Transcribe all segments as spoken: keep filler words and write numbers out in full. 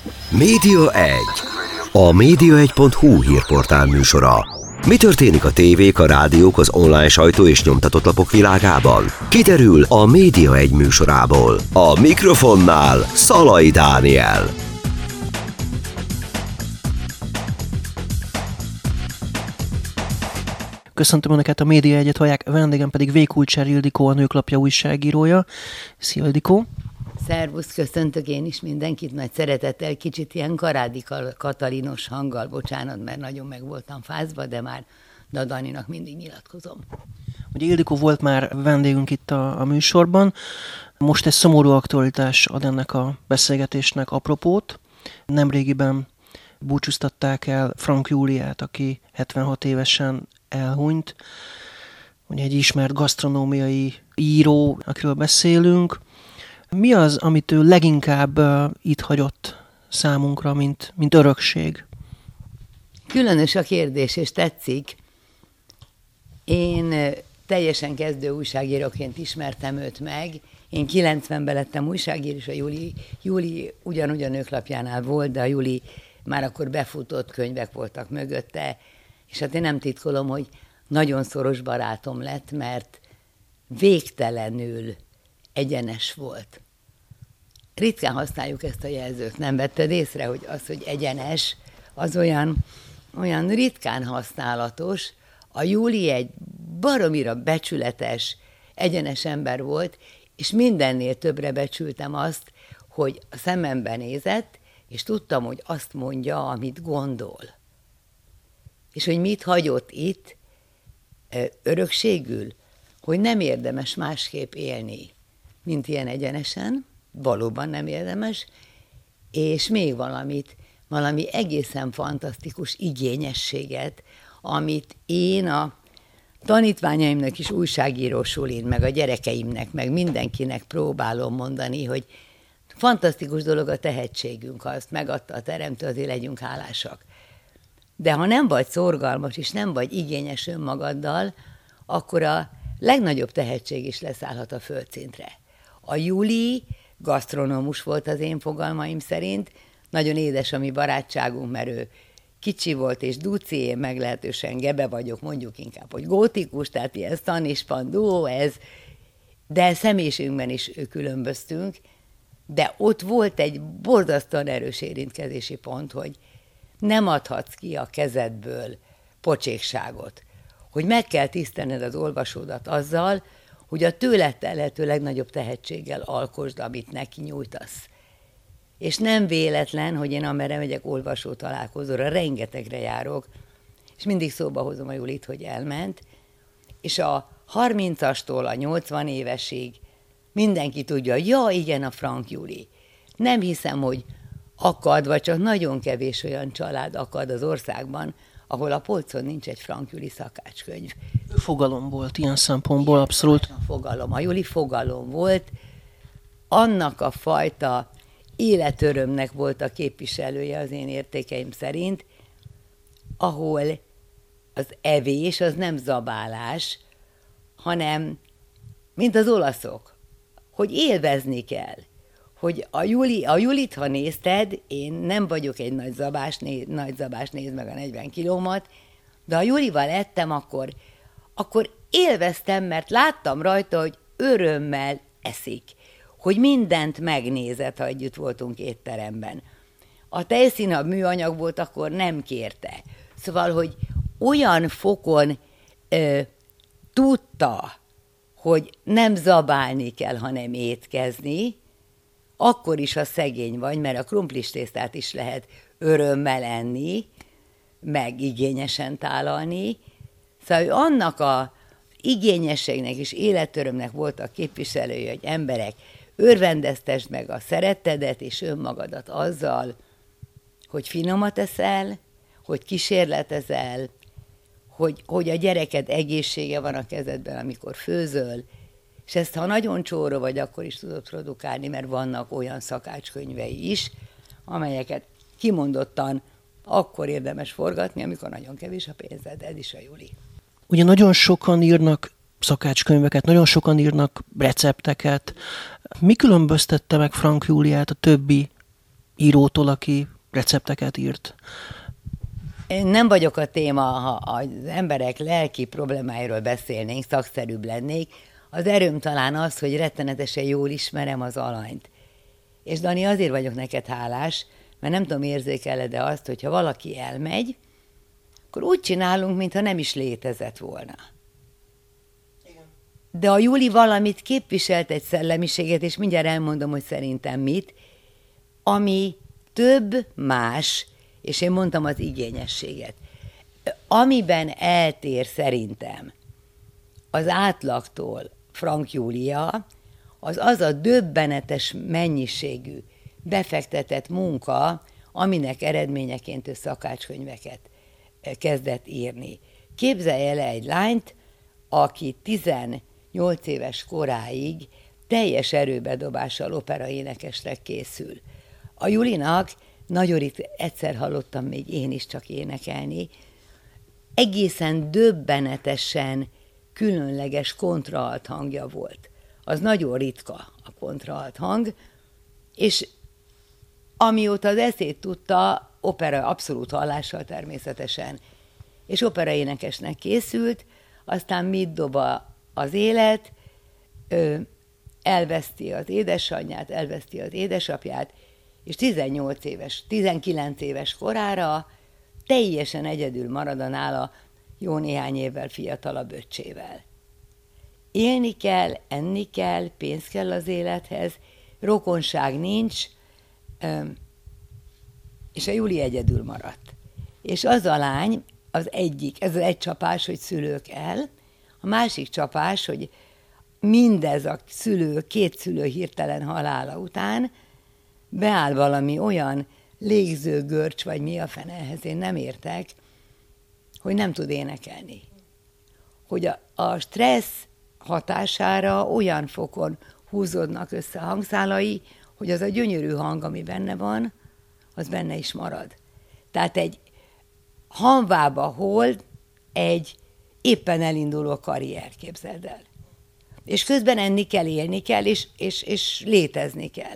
Média egy. A média egy pont hu hírportál műsora. Mi történik a tévék, a rádiók, az online sajtó és nyomtatott lapok világában? Kiderül a Média egy műsorából. A mikrofonnál Szalai Dániel. Köszöntöm Önöket, a Média egyet hallják, vendégem pedig V. Kulcsár Ildikó, a Nőklapja újságírója. Szia, Ildikó! Szervusz, köszöntök én is mindenkit nagy szeretettel, kicsit ilyen Karádi Katalinos hanggal, bocsánat, mert nagyon meg voltam fázva, de már Daninak mindig nyilatkozom. Ugye Ildikó volt már vendégünk itt a, a műsorban, most egy szomorú aktualitás ad ennek a beszélgetésnek apropót. Nemrégiben búcsúztatták el Frank Júliát, aki hetvenhat évesen elhunyt. Ugye egy ismert gasztronómiai író, akiről beszélünk. Mi az, amit ő leginkább uh, itt hagyott számunkra, mint, mint örökség? Különös a kérdés, és tetszik. Én uh, teljesen kezdő újságíróként ismertem őt meg. Én kilencvenben lettem újságíró, és a Júli, Júli ugyanúgy a Nőklapjánál volt, de a Júli már akkor befutott, könyvek voltak mögötte, és hát én nem titkolom, hogy nagyon szoros barátom lett, mert végtelenül egyenes volt. Ritkán használjuk ezt a jelzőt, nem vetted észre, hogy az, hogy egyenes, az olyan, olyan ritkán használatos. A Júli egy baromira becsületes, egyenes ember volt, és mindennél többre becsültem azt, hogy a szemembe nézett, és tudtam, hogy azt mondja, amit gondol. És hogy mit hagyott itt örökségül, hogy nem érdemes másképp élni, mint ilyen egyenesen, valóban nem érdemes, és még valamit, valami egészen fantasztikus igényességet, amit én a tanítványaimnak is újságíró sulin, meg a gyerekeimnek, meg mindenkinek próbálom mondani, hogy fantasztikus dolog a tehetségünk, ha azt megadta a Teremtő, azért legyünk hálásak. De ha nem vagy szorgalmas, és nem vagy igényes önmagaddal, akkor a legnagyobb tehetség is leszállhat a földszintre. A Júli gasztronómus volt az én fogalmaim szerint, nagyon édes a mi barátságunk, mert ő kicsi volt és duci, én meglehetősen gebe vagyok, mondjuk inkább, hogy gótikus, tehát ilyen szanispan duó ez, de személyiségünkben is különböztünk, de ott volt egy borzasztóan erős érintkezési pont, hogy nem adhatsz ki a kezedből pocsékságot, hogy meg kell tisztelned az olvasódat azzal, hogy a tőled telhető legnagyobb tehetséggel alkosd, amit neki nyújtasz. És nem véletlen, hogy én amerre megyek olvasó találkozóra, rengetegre járok, és mindig szóba hozom a Julit, hogy elment, és a harmincastól a nyolcvan évesig mindenki tudja, ja igen, a Frank Júli. Nem hiszem, hogy akad, vagy csak nagyon kevés olyan család akad az országban, ahol a polcon nincs egy Frank Júli szakácskönyv. Fogalom volt ilyen szempontból, abszolút. A fogalom, a Júli fogalom volt, annak a fajta életörömnek volt a képviselője az én értékeim szerint, ahol az evés az nem zabálás, hanem, mint az olaszok, hogy élvezni kell. Hogy a, Júli, a Julit, ha nézted, én nem vagyok egy nagy zabás, néz, nagy zabás, nézd meg a negyven kilómat, de ha Julival ettem, akkor, akkor élveztem, mert láttam rajta, hogy örömmel eszik, hogy mindent megnézett, ha együtt voltunk étteremben. A tejszínabb műanyag volt, akkor nem kérte. Szóval, hogy olyan fokon ö, tudta, hogy nem zabálni kell, hanem étkezni, akkor is, ha szegény vagy, mert a krumplis tésztát is lehet örömmel enni, meg igényesen tálalni. Szóval ő annak a igényességnek és életörömnek volt a képviselője, hogy emberek, örvendeztesd meg a szerettedet és önmagadat azzal, hogy finomat eszel, hogy kísérletezel, hogy, hogy a gyereked egészsége van a kezedben, amikor főzöl, és ezt, ha nagyon csóró vagy, akkor is tudod produkálni, mert vannak olyan szakácskönyvei is, amelyeket kimondottan akkor érdemes forgatni, amikor nagyon kevés a pénzed. Ez is a Júli. Ugye nagyon sokan írnak szakácskönyveket, nagyon sokan írnak recepteket. Mi különböztette meg Frank Júliát a többi írótól, aki recepteket írt. Én nem vagyok a téma, ha az emberek lelki problémáiról beszélnénk, szakszerűbb lennék. Az erőm talán az, hogy rettenetesen jól ismerem az alanyt. És Dani, azért vagyok neked hálás, mert nem tudom, érzékeled-e azt, hogyha valaki elmegy, akkor úgy csinálunk, mintha nem is létezett volna. Igen. De a Juli valamit képviselt, egy szellemiséget, és mindjárt elmondom, hogy szerintem mit, ami több, más, és én mondtam az igényességet. Amiben eltér szerintem az átlagtól Frank Júlia, az az a döbbenetes mennyiségű befektetett munka, aminek eredményeként ő szakácskönyveket kezdett írni. Képzelje el egy lányt, aki tizennyolc éves koráig teljes erőbedobással operaénekesre készül. A Julinak, nagyon itt egyszer hallottam még én is csak énekelni, egészen döbbenetesen különleges kontraalt hangja volt. Az nagyon ritka a kontraalt hang, és amióta az eszét tudta, opera abszolút hallással természetesen, és operaénekesnek készült, aztán mit dob az élet, ő elveszti az édesanyját, elveszti az édesapját, és tizennyolc éves, tizenkilenc éves korára teljesen egyedül marad a nála jó néhány évvel fiatalabb öccsével. Élni kell, enni kell, pénz kell az élethez, rokonság nincs, és a Juli egyedül maradt. És az a lány, az egyik, ez az egy csapás, hogy szülők el, a másik csapás, hogy mindez a szülő, két szülő hirtelen halála után beáll valami olyan légző görcs, vagy mi a fene, ehhez én nem értek, hogy nem tud énekelni. Hogy a, a stressz hatására olyan fokon húzódnak össze a hangszálai, hogy az a gyönyörű hang, ami benne van, az benne is marad. Tehát egy hanvába hold egy éppen elinduló karrier, képzeld el. És közben enni kell, élni kell, és, és, és létezni kell.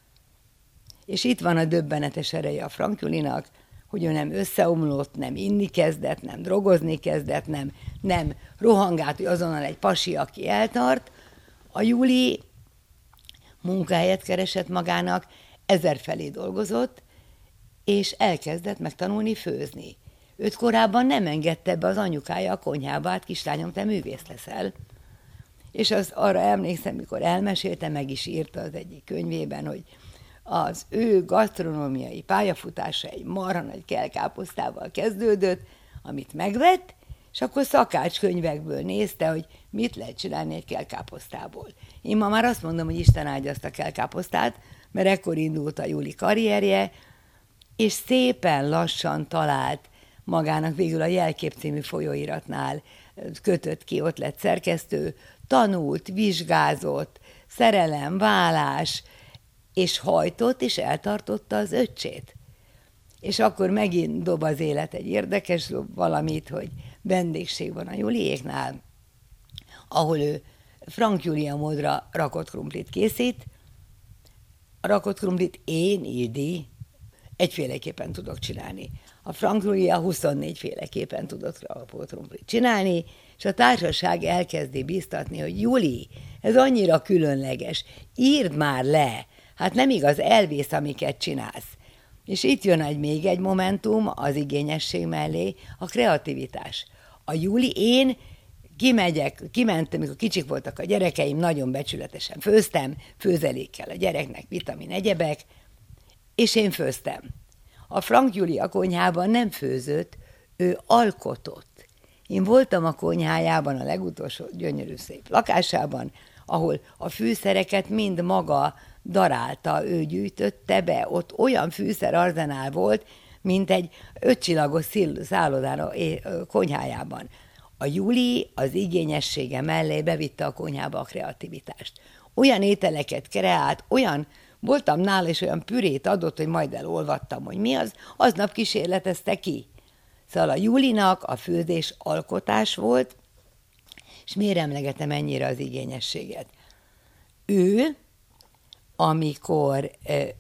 És itt van a döbbenetes ereje a Frank Julinak, hogy ő nem összeomlott, nem inni kezdett, nem drogozni kezdett, nem, nem rohangált, hogy azonnal egy pasi, aki eltart. A Juli munkáját keresett magának, ezerfelé dolgozott, és elkezdett megtanulni főzni. Őt korábban nem engedte be az anyukája a konyhába, hát kislányom, te művész leszel. És az, arra emlékszem, mikor elmesélte, meg is írta az egyik könyvében, hogy az ő gasztronómiai pályafutása egy marha nagy kelkáposztával kezdődött, amit megvett, és akkor szakácskönyvekből nézte, hogy mit lehet csinálni egy kelkáposztából. Én ma már azt mondom, hogy Isten áldja azt a kelkáposztát, mert ekkor indult a Juli karrierje, és szépen lassan talált magának végül a Jelkép című folyóiratnál kötött ki, ott lett szerkesztő, tanult, vizsgázott, szerelem, vállás, és hajtott, és eltartotta az öccsét. És akkor megint dob az élet egy érdekes valamit, hogy vendégség van a Juliéknál, ahol ő Frank Julia módra rakott krumplit készít. A rakott krumplit én, Ildi, egyféleképpen tudok csinálni. A Frank Julia huszonnégy féleképpen tudott rakott krumplit csinálni, és a társaság elkezdi bíztatni, hogy Juli, ez annyira különleges, írd már le, hát nem igaz, elvész, amiket csinálsz. És itt jön egy, még egy momentum az igényesség mellé, a kreativitás. A Juli, én kimegyek, kimentem, mikor kicsik voltak a gyerekeim, nagyon becsületesen főztem, főzelékkel a gyereknek, vitamin, egyebek, és én főztem. A Frank Juli a konyhában nem főzött, ő alkotott. Én voltam a konyhájában, a legutolsó gyönyörű szép lakásában, ahol a fűszereket mind maga darálta, ő gyűjtötte be, ott olyan fűszerarzenál volt, mint egy ötcsillagos szállodán a konyhájában. A Juli az igényessége mellé bevitte a konyhába a kreativitást. Olyan ételeket kreált, olyan, voltam nála, és olyan pürét adott, hogy majd elolvattam, hogy mi az, aznap kísérletezte ki. Szóval a Julinak a főzés alkotás volt, és miért emlegetem ennyire az igényességet? Ő, amikor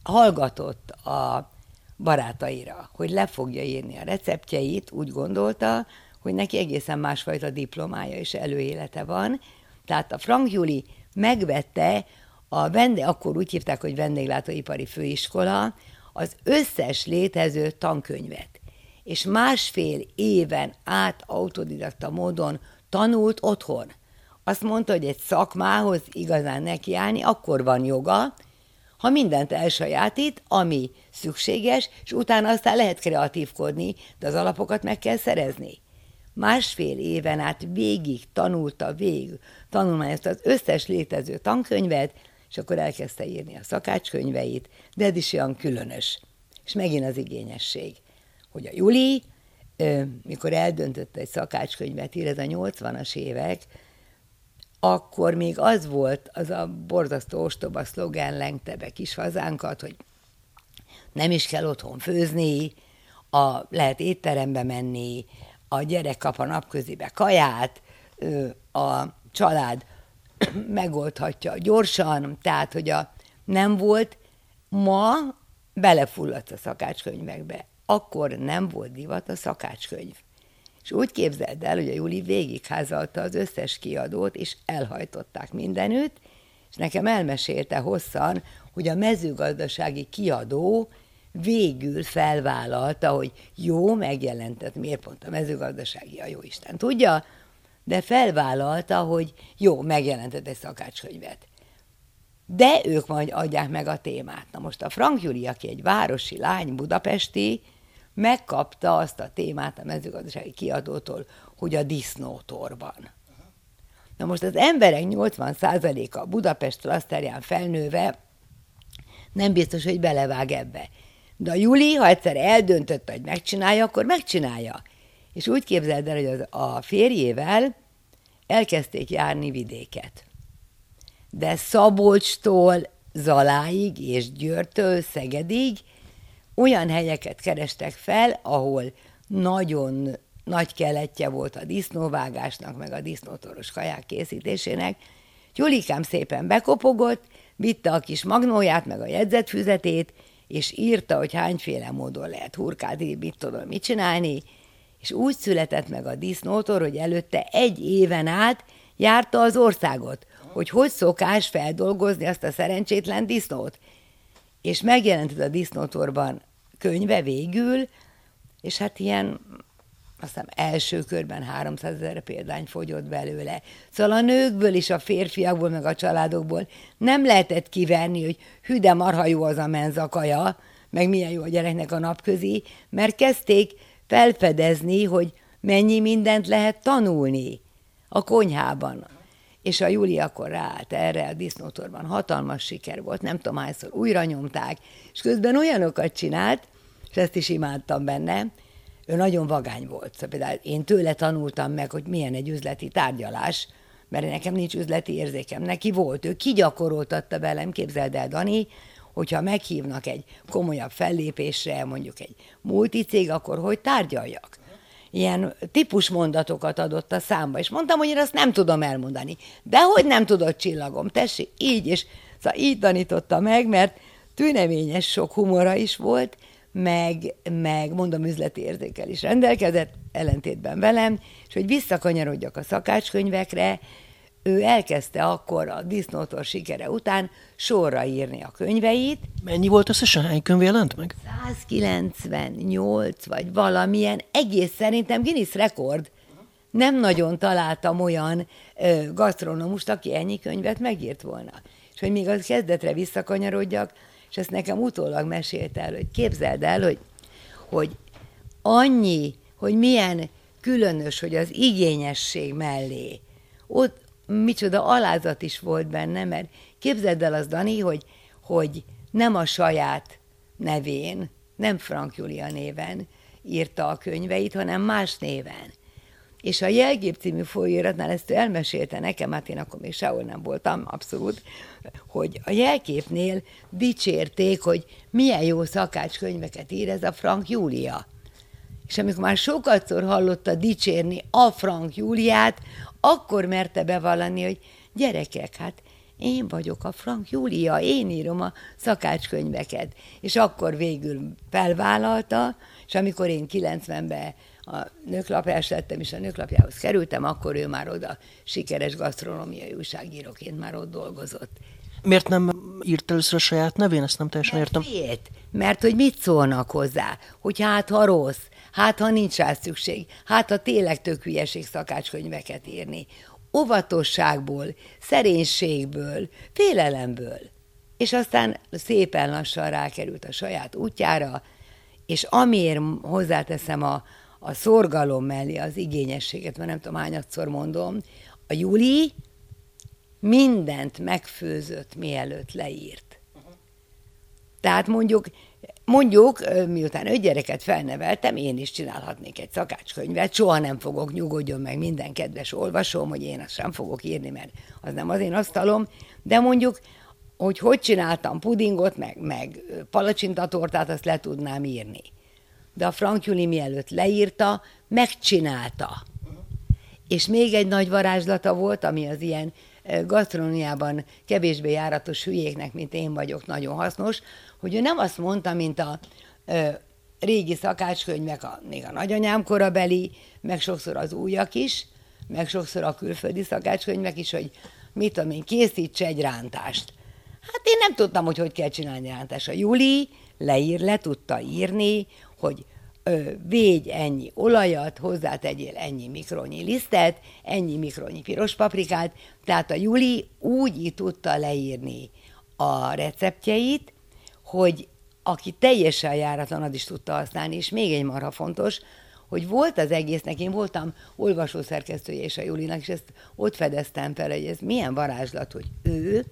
hallgatott a barátaira, hogy le fogja írni a receptjeit, úgy gondolta, hogy neki egészen másfajta diplomája és előélete van. Tehát a Frank Juli megvette a vendég, akkor úgy hívták, hogy vendéglátóipari főiskola, az összes létező tankönyvet. És másfél éven át autodidakta módon tanult otthon. Azt mondta, hogy egy szakmához igazán nekiállni, akkor van joga, ha mindent elsajátít, ami szükséges, és utána aztán lehet kreatívkodni, de az alapokat meg kell szerezni. Másfél éven át végig tanulta, végig tanulmányozta az összes létező tankönyvet, és akkor elkezdte írni a szakácskönyveit, de ez is olyan különös. És megint az igényesség, hogy a Juli, mikor eldöntötte, egy szakácskönyvet ír, ez a nyolcvanas évek, akkor még az volt, az a borzasztó ostoba szlogen lengte be kis hazánkat, hogy nem is kell otthon főzni, a, lehet étterembe menni, a gyerek kap a napközibe kaját, a család megoldhatja gyorsan, tehát, hogy a, nem volt, ma belefulladsz a szakácskönyvekbe, akkor nem volt divat a szakácskönyv. És úgy képzeld el, hogy a Juli végigházalta az összes kiadót, és elhajtották mindenütt, és nekem elmesélte hosszan, hogy a mezőgazdasági kiadó végül felvállalta, hogy jó, megjelentett, miért pont a mezőgazdasági, a jó Isten tudja, de felvállalta, hogy jó, megjelentett egy szakácskönyvet. De ők majd adják meg a témát. Na most a Frank Juli, aki egy városi lány, budapesti, megkapta azt a témát a mezőgazdasági kiadótól, hogy a disznótorban. Na most az emberek nyolcvan százaléka Budapest klaszterján felnőve nem biztos, hogy belevág ebbe. De a Juli, ha egyszer eldöntötte, hogy megcsinálja, akkor megcsinálja. És úgy képzeld el, hogy az, a férjével elkezdték járni vidéket. De Szabolcstól Zaláig és Győrtől Szegedig olyan helyeket kerestek fel, ahol nagyon nagy keletje volt a disznóvágásnak, meg a disznótoros kaják készítésének. Julikám szépen bekopogott, vitte a kis magnóját, meg a jegyzetfüzetét, és írta, hogy hányféle módon lehet hurkát, mit tudom, mit csinálni, és úgy született meg a disznótor, hogy előtte egy éven át járta az országot, hogy hogy szokás feldolgozni azt a szerencsétlen disznót. És megjelent a disznótorban könyve végül, és hát ilyen, azt hiszem, első körben háromszázezer példány fogyott belőle. Szóval a nőkből és a férfiakból, meg a családokból nem lehetett kiverni, hogy hű, de marha jó az a menzakaja, meg milyen jó a gyereknek a napközi, mert kezdték felfedezni, hogy mennyi mindent lehet tanulni a konyhában. És a Juli akkor ráállt erre, a disznótorban hatalmas siker volt, nem tudom hányszor újra nyomták, és közben olyanokat csinált, és ezt is imádtam benne, ő nagyon vagány volt. Szóval például én tőle tanultam meg, hogy milyen egy üzleti tárgyalás, mert nekem nincs üzleti érzékem. Neki volt, ő kigyakoroltatta velem, képzeld el, Dani, hogyha meghívnak egy komolyabb fellépésre, mondjuk egy multicég, akkor hogy tárgyaljak? Ilyen típusmondatokat adott a számba, és mondtam, hogy én azt nem tudom elmondani. De hogy nem tudod, csillagom, tessék, így, és szóval így tanította meg, mert tűneményes sok humora is volt, meg, meg mondom, üzleti érzékkel is rendelkezett, ellentétben velem, és hogy visszakanyarodjak a szakácskönyvekre, ő elkezdte akkor a disznótor sikere után sorra írni a könyveit. Mennyi volt összesen? Hány könyv jelent meg? százkilencvennyolc vagy valamilyen, egész szerintem Guinness rekord. Nem nagyon találtam olyan ö, gasztronómust, aki ennyi könyvet megírt volna. És hogy még az kezdetre visszakanyarodjak, és ezt nekem utólag mesélte el, hogy képzeld el, hogy, hogy annyi, hogy milyen különös, hogy az igényesség mellé ott micsoda alázat is volt benne, mert képzeld el az, Dani, hogy, hogy nem a saját nevén, nem Frank Júlia néven írta a könyveit, hanem más néven. És a Jelgép című folyóiratnál ezt elmesélte nekem, hát én akkor még sehol nem voltam, abszolút, hogy a Jelképnél dicsérték, hogy milyen jó szakácskönyveket ír ez a Frank Júlia. És amikor már sokatszor hallotta dicsérni a Frank Júliát, akkor merte bevallani, hogy gyerekek, hát én vagyok a Frank Júlia, én írom a szakácskönyveket. És akkor végül felvállalta, és amikor én kilencvenben a Nőklapjás lettem, és a Nőklapjához kerültem, akkor ő már oda sikeres gasztronómiai újságíróként már ott dolgozott. Miért nem írt először a saját nevén? Ezt nem teljesen értem. Miért? Mert hogy mit szólnak hozzá? Hogy hát ha rossz, hát ha nincs rá szükség, hát ha tényleg tök hülyeség szakácskönyveket írni. Óvatosságból, szerénységből, félelemből. És aztán szépen lassan rákerült a saját útjára, és amiért hozzáteszem a, a szorgalom mellé az igényességet, mert nem tudom, hányadszor mondom, a Juli mindent megfőzött, mielőtt leírt. Uh-huh. Tehát mondjuk, mondjuk, miután öt gyereket felneveltem, én is csinálhatnék egy szakácskönyvet, soha nem fogok, nyugodjon meg minden kedves olvasóm, hogy én azt sem fogok írni, mert az nem az én asztalom, de mondjuk, hogy hogy csináltam pudingot, meg, meg palacsintatortát, azt le tudnám írni. De a Frank Juli mielőtt leírta, megcsinálta. Uh-huh. És még egy nagy varázslata volt, ami az ilyen gasztronómiában kevésbé járatos hülyéknek, mint én vagyok, nagyon hasznos, hogy ő nem azt mondta, mint a ö, régi szakácskönyvek, a, még a nagyanyám korabeli, meg sokszor az újak is, meg sokszor a külföldi szakácskönyvek is, hogy mit tudom én, készíts egy rántást. Hát én nem tudtam, hogy hogy kell csinálni rántást. A Juli leír, le tudta írni, hogy ö, végy ennyi olajat, hozzátegyél ennyi mikronyi lisztet, ennyi mikronyi piros paprikát, tehát a Juli úgy tudta leírni a receptjeit, hogy aki teljesen járatlan, az is tudta használni, és még egy marha fontos, hogy volt az egésznek, én voltam olvasószerkesztője és a Julinak, és ezt ott fedeztem fel, hogy ez milyen varázslat, hogy ő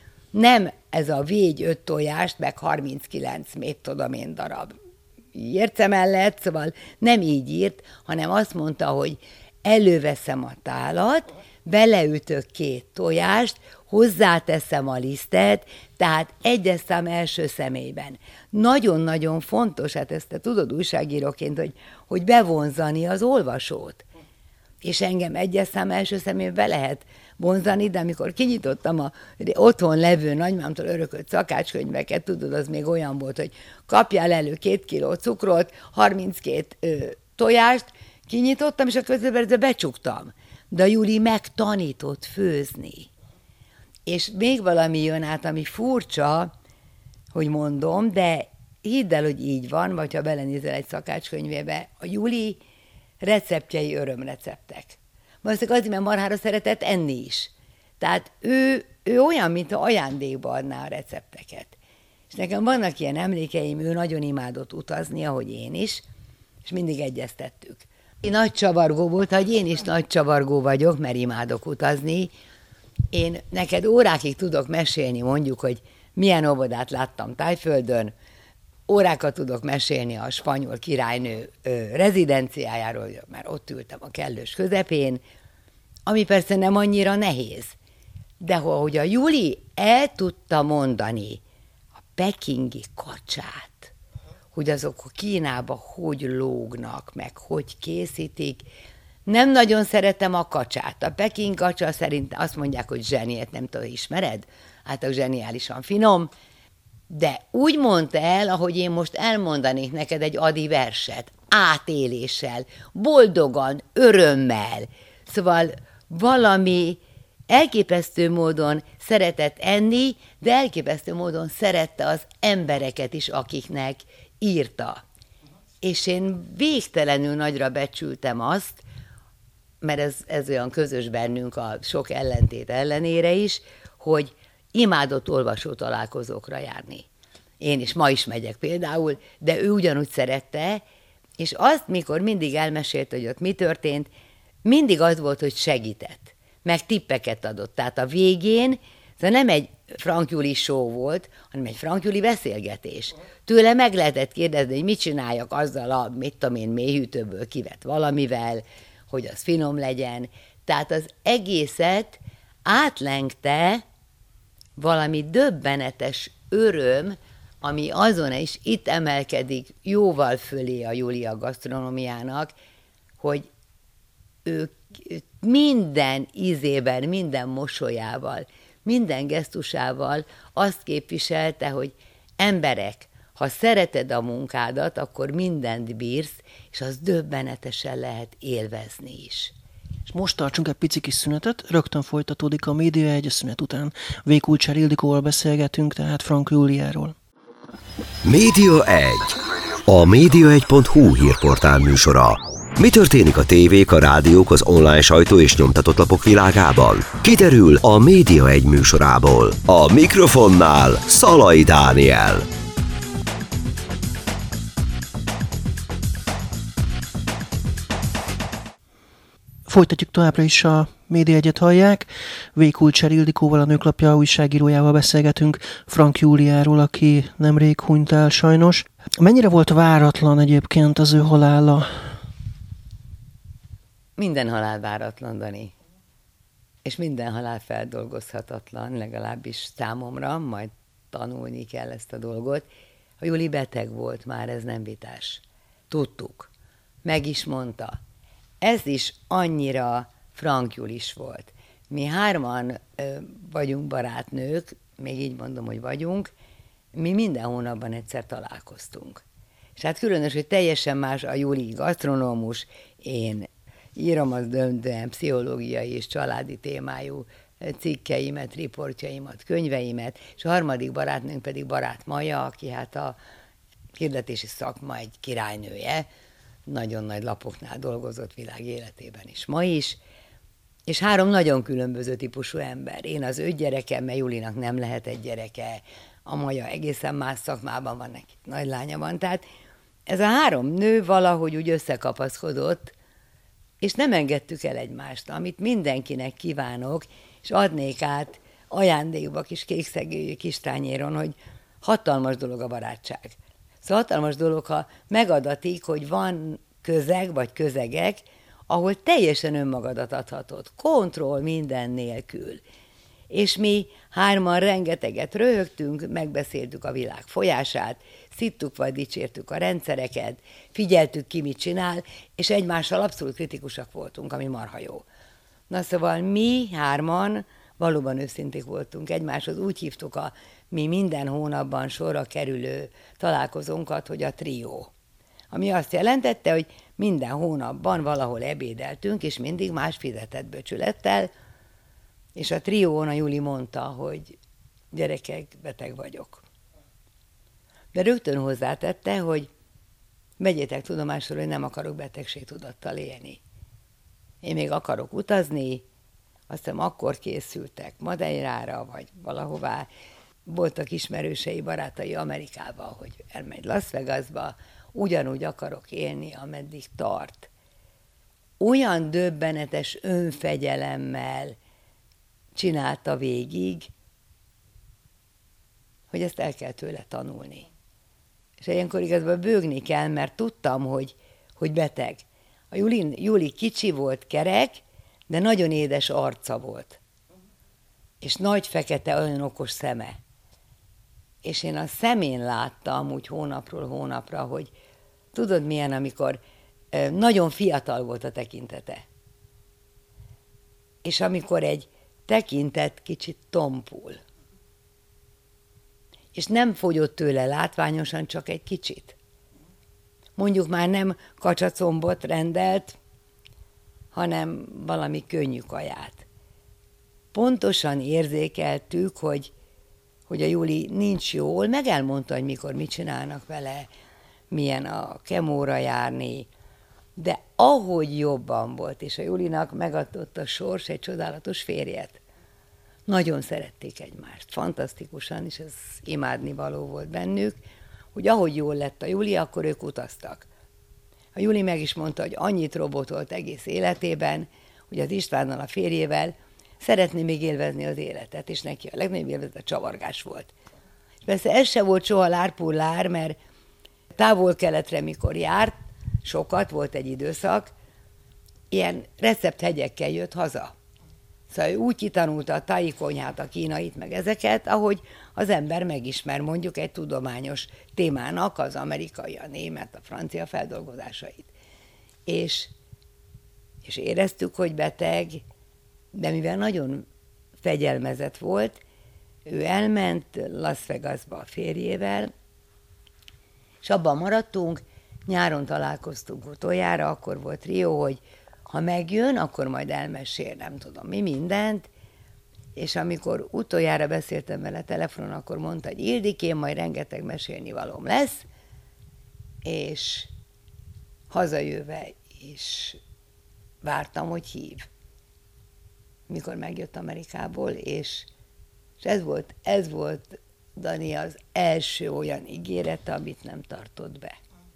nem ez a végy öt tojást, meg harminckilenc, mit tudom én, darab érce mellett, szóval nem így írt, hanem azt mondta, hogy előveszem a tálat, beleütök két tojást, hozzáteszem a lisztet, tehát egyes szám első személyben. Nagyon-nagyon fontos, hát ezt te tudod újságíróként, hogy, hogy bevonzani az olvasót. És engem egyes szám első személyben be lehet vonzani, de amikor kinyitottam a otthon levő nagymámtól örökölt szakácskönyveket, tudod, az még olyan volt, hogy kapjál elő két kiló cukrot, harminckét ö, tojást, kinyitottam, és a közben becsuktam. De a Juli megtanított főzni. És még valami jön át, ami furcsa, hogy mondom, de hidd el, hogy így van, vagy ha belenézel egy szakácskönyvébe, a Juli receptjei örömreceptek. Valószínűleg azért, mert marhára szeretett enni is. Tehát ő, ő olyan, mint ajándékba adná a recepteket. És nekem vannak ilyen emlékeim, ő nagyon imádott utazni, ahogy én is, és mindig egyeztettük. Nagy csavargó volt, hogy én is nagy csavargó vagyok, mert imádok utazni. Én neked órákig tudok mesélni, mondjuk, hogy milyen óvodát láttam Tájföldön, órákat tudok mesélni a spanyol királynő ö, rezidenciájáról, mert ott ültem a kellős közepén, ami persze nem annyira nehéz. De ahogy a Juli el tudta mondani a pekingi kacsát, hogy azok Kínába hogy lógnak, meg hogy készítik. Nem nagyon szeretem a kacsát. A peking kacsa szerint azt mondják, hogy zseniet, nem tudom, ismered? Hát a zseniálisan finom. De úgy mondta el, ahogy én most elmondanék neked egy adi verset, átéléssel, boldogan, örömmel. Szóval valami elképesztő módon szeretett enni, de elképesztő módon szerette az embereket is, akiknek írta. És én végtelenül nagyra becsültem azt, mert ez, ez olyan közös bennünk a sok ellentét ellenére is, hogy imádott olvasó találkozókra járni. Én is ma is megyek például, de ő ugyanúgy szerette, és azt, mikor mindig elmesélte, hogy ott mi történt, mindig az volt, hogy segített, meg tippeket adott. Tehát a végén, ez nem egy Frank Juli show volt, hanem egy Frank Juli beszélgetés. Tőle meg lehetett kérdezni, hogy mit csináljak azzal a, mit tudom én, mélyhűtőből kivett valamivel, hogy az finom legyen. Tehát az egészet átlengte valami döbbenetes öröm, ami azon is itt emelkedik jóval fölé a Júlia gasztronómiának, hogy ő minden ízében, minden mosolyával, minden gesztusával azt képviselte, hogy emberek, ha szereted a munkádat, akkor mindent bírsz, és az döbbenetesen lehet élvezni is. És most tartsunk egy pici kis szünetet, rögtön folytatódik a Média egy, a szünet után V. Kulcsár Ildikóval beszélgetünk, tehát Frank Júliáról. Média egy. A média egy pont hú hírportál műsora. Mi történik a tévék, a rádiók, az online sajtó és nyomtatott lapok világában? Kiderül a Média egy műsorából. A mikrofonnál Szalai Dániel. Folytatjuk továbbra is a Média egyet hallják. V. Kulcsár Ildikóval, a Nőklapja újságírójával beszélgetünk, Frank Júliáról, aki nemrég hunyt el sajnos. Mennyire volt váratlan egyébként az ő halála? Minden halál váratlan, Dani. És minden halál feldolgozhatatlan, legalábbis számomra, majd tanulni kell ezt a dolgot. A Júli beteg volt már, ez nem vitás. Tudtuk. Meg is mondta. Ez is annyira Frank Julis volt. Mi hárman ö, vagyunk barátnők, még így mondom, hogy vagyunk, mi minden hónapban egyszer találkoztunk. És hát különös, hogy teljesen más a Júli gasztronómus, én írom az döntően pszichológiai és családi témájú cikkeimet, riportjaimat, könyveimet, és a harmadik barátnőnk pedig Barát Maja, aki hát a hirdetési szakma egy királynője, nagyon nagy lapoknál dolgozott világ életében is, ma is, és három nagyon különböző típusú ember. Én az öt gyerekem, mert Julinak nem lehet egy gyereke, a Maja egészen más szakmában van, neki nagy lánya van, tehát ez a három nő valahogy úgy összekapaszkodott, és nem engedtük el egymást, amit mindenkinek kívánok, és adnék át ajándékba kis kékszegélyű kis tányéron, hogy hatalmas dolog a barátság. Szóval hatalmas dolog, ha megadatik, hogy van közeg vagy közegek, ahol teljesen önmagadat adhatod, kontroll minden nélkül. És mi hárman rengeteget röhögtünk, megbeszéltük a világ folyását, szittuk vagy dicsértük a rendszereket, figyeltük ki, mit csinál, és egymással abszolút kritikusak voltunk, ami marha jó. Na szóval mi hárman valóban őszinték voltunk egymáshoz, úgy hívtuk a mi minden hónapban sorra kerülő találkozónkat, hogy a trió. Ami azt jelentette, hogy minden hónapban valahol ebédeltünk, és mindig más fizetett böcsülettel, és a trión a Júli mondta, hogy gyerekek, beteg vagyok. De rögtön hozzátette, hogy vegyétek tudomásul, hogy nem akarok betegségtudattal élni. Én még akarok utazni, azt hiszem akkor készültek Madeirára, vagy valahová. Voltak ismerősei, barátai Amerikába, hogy elmegy Las Vegasba, ugyanúgy akarok élni, ameddig tart. Olyan döbbenetes önfegyelemmel csinálta végig, hogy ezt el kell tőle tanulni. És ilyenkor igazából bőgni kell, mert tudtam, hogy, hogy beteg. A Juli, Juli kicsi volt, kerek, de nagyon édes arca volt. És nagy fekete, olyan okos szeme. És én a szemén láttam úgy hónapról hónapra, hogy tudod milyen, amikor nagyon fiatal volt a tekintete. És amikor egy tekintet kicsit tompul. És nem fogyott tőle látványosan, csak egy kicsit. Mondjuk már nem kacsacombot rendelt, hanem valami könnyű kaját. Pontosan érzékeltük, hogy, hogy a Júli nincs jól, meg elmondta, hogy mikor mit csinálnak vele, milyen a kemóra járni, de ahogy jobban volt, és a Júlinak megadott a sors egy csodálatos férjet. Nagyon szerették egymást, fantasztikusan, és ez imádnivaló volt bennük, hogy ahogy jól lett a Júli, akkor ők utaztak. A Júli meg is mondta, hogy annyit robotolt egész életében, hogy az Istvánnal, a férjével szeretné még élvezni az életet, és neki a legnagyobb élvezet a csavargás volt. És persze ez se volt soha lárpullár, mert távol-keletre, mikor járt, sokat volt egy időszak, ilyen recepthegyekkel jött haza. Szóval ő úgy kitanulta a thai konyhát, a kínait, meg ezeket, ahogy az ember megismer mondjuk egy tudományos témának az amerikai, a német, a francia feldolgozásait. És, és éreztük, hogy beteg, de mivel nagyon fegyelmezett volt, ő elment Las Vegasba a férjével, és abban maradtunk, nyáron találkoztunk utoljára, akkor volt Rio, hogy ha megjön, akkor majd elmesél, nem tudom mi, mindent, és amikor utoljára beszéltem vele telefonon, akkor mondta, hogy Ildikém, majd rengeteg mesélnivalóm lesz, és hazajöve is vártam, hogy hív. Mikor megjött Amerikából, és, és ez volt, ez volt, Dani, az első olyan ígérete, amit nem tartott be.